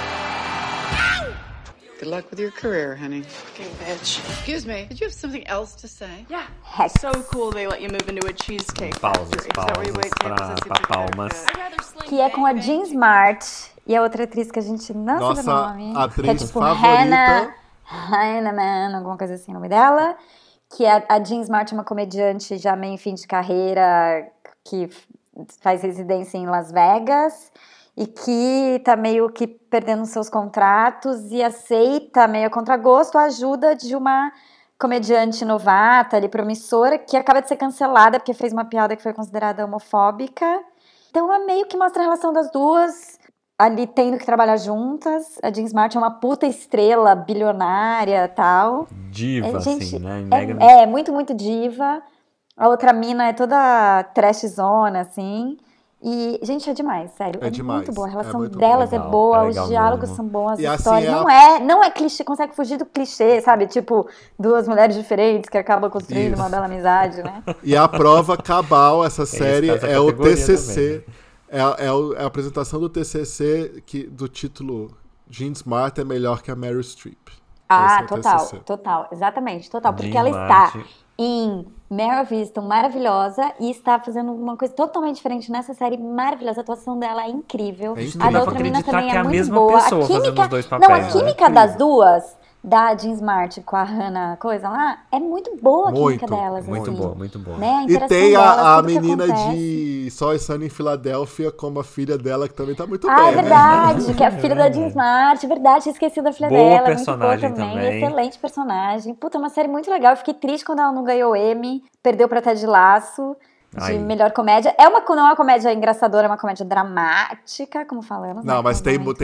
Good luck with your career, honey. Okay, bitch. Excuse me. Did you have something else to say? Yeah. Rex. So cool they let you move into a cheesecake Pausas, factory. Is that where you pausas wait tables? That pra seems like a palmas. good- Que é com a Jean Smart e a outra atriz que a gente não Nossa sabe o nome. atriz que é tipo favorita. Hannah Man, alguma coisa assim o nome dela. Que a Jean Smart é uma comediante já meio em fim de carreira que faz residência em Las Vegas e que tá meio que perdendo seus contratos e aceita, meio a contragosto, a ajuda de uma comediante novata, ali, promissora, que acaba de ser cancelada porque fez uma piada que foi considerada homofóbica. Então é meio que mostra a relação das duas, ali tendo que trabalhar juntas. A Jean Smart é uma puta estrela, bilionária e tal. Diva, Gente, assim, né? Mega... É muito, muito diva. A outra mina é toda trashzona, assim. E, gente, é demais, sério. É demais, muito boa. A relação muito delas legal, é boa, é os legal diálogos mesmo. são bons, as E assim, histórias. é Não é clichê, consegue fugir do clichê, sabe? Tipo, duas mulheres diferentes que acabam construindo Isso. uma bela amizade, né? E a prova cabal, essa série, essa é o categoria TCC. É a apresentação do TCC do título Jean Smart é melhor que a Meryl Streep. Ah, total. Exatamente, total. Porque ela está em Mare of Easttown, maravilhosa, e está fazendo uma coisa totalmente diferente nessa série maravilhosa. A atuação dela é incrível. A da outra menina também é muito boa. A química das duas, da Jean Smart com a Hannah coisa lá, é muito boa a química delas. Muito assim. boa, muito boa. Né? E tem a menina de Só e Sunny em Filadélfia como a filha dela, que também tá muito bem. É verdade, que é a filha da Jean Smart, verdade, esqueci da filha dela. Personagem muito boa também. Excelente personagem. Puta, uma série muito legal. Eu fiquei triste quando ela não ganhou Emmy, perdeu pra Ted Lasso. De melhor comédia. Não é uma comédia engraçadora, é uma comédia dramática, como falamos. Não, né? mas tem uma.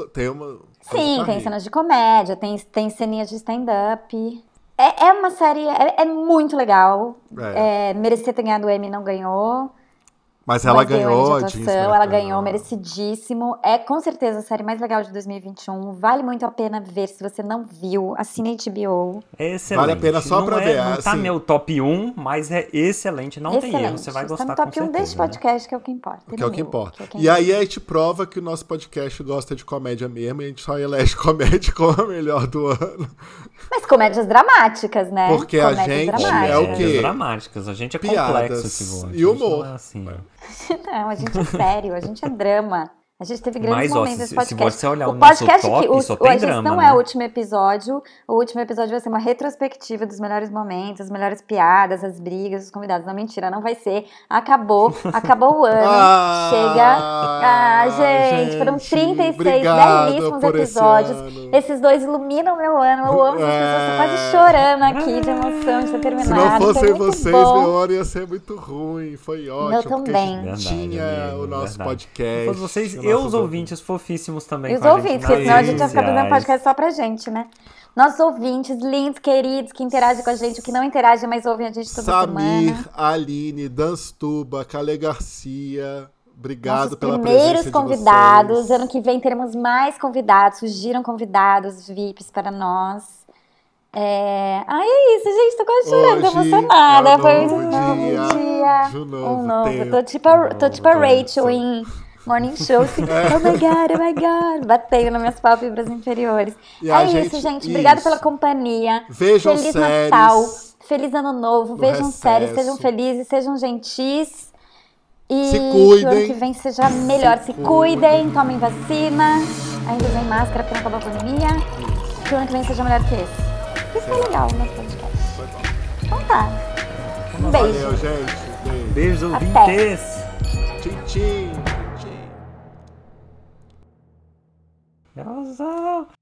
Sim, tem cenas de comédia, tem ceninhas de stand-up. É uma série. É muito legal. Merecia ter ganhado o Emmy, não ganhou. Mas ela ganhou a atuação, ela ganhou, merecidíssimo. É com certeza a série mais legal de 2021. Vale muito a pena ver. Se você não viu, assine HBO. É excelente. Vale a pena só pra ver. Não tá meu top 1, mas é excelente. Não tem erro, você vai gostar com certeza. Tá no top 1 deste podcast, que é o que importa. Que é o que importa. E aí a gente prova que o nosso podcast gosta de comédia mesmo. E a gente só elege comédia como a melhor do ano. Mas comédias dramáticas, né? Porque a gente é o quê? Dramáticas. A gente é piadas complexo, tipo, e humor. Não é assim. Não, a gente é sério, a gente é drama. A gente teve grandes momentos nesse podcast. Se você olhar o nosso top, só tem drama, não é o último episódio. O último episódio vai ser uma retrospectiva dos melhores momentos, as melhores piadas, as brigas, os convidados. Não, mentira, não vai ser. Acabou o ano. Chega. Gente, foram 36 belíssimos episódios. Esses 2 iluminam meu ano. Eu amo essas pessoas. Tô quase chorando aqui de emoção de ter terminado. Se não fossem vocês, meu ano ia ser muito ruim. Foi ótimo. Eu também. Porque tinha o nosso podcast. Depois vocês... E os ouvintes fofíssimos também. E os ouvintes, porque senão a gente ia ficar fazendo podcast só pra gente, né? Nossos ouvintes lindos, queridos, que interagem com a gente, o que não interage, mas ouvem a gente toda semana. Samir, Aline, Danstuba, Kale Garcia, obrigado pela presença de vocês. Primeiros convidados, ano que vem teremos mais convidados, surgiram convidados VIPs para nós. É isso, gente, tô quase chorando, tô emocionada. Foi um novo dia. Um novo. Tô tipo a Rachel em... Morning Show, assim, oh my God, batendo nas minhas pálpebras inferiores. Isso, gente, obrigada pela companhia. Vejam Feliz séries. Natal, feliz Ano Novo, vejam séries, sejam felizes, sejão gentis. E se cuidem. Que o ano que vem seja melhor. Se cuidem, tomem vacina, ainda usem máscara porque não acabou a pandemia. Que o ano que vem seja melhor que esse. Isso foi legal no nosso podcast. Então tá. Um beijo. Valeu, gente. Beijos, ouvintes. Tchim, tchim. Tchau.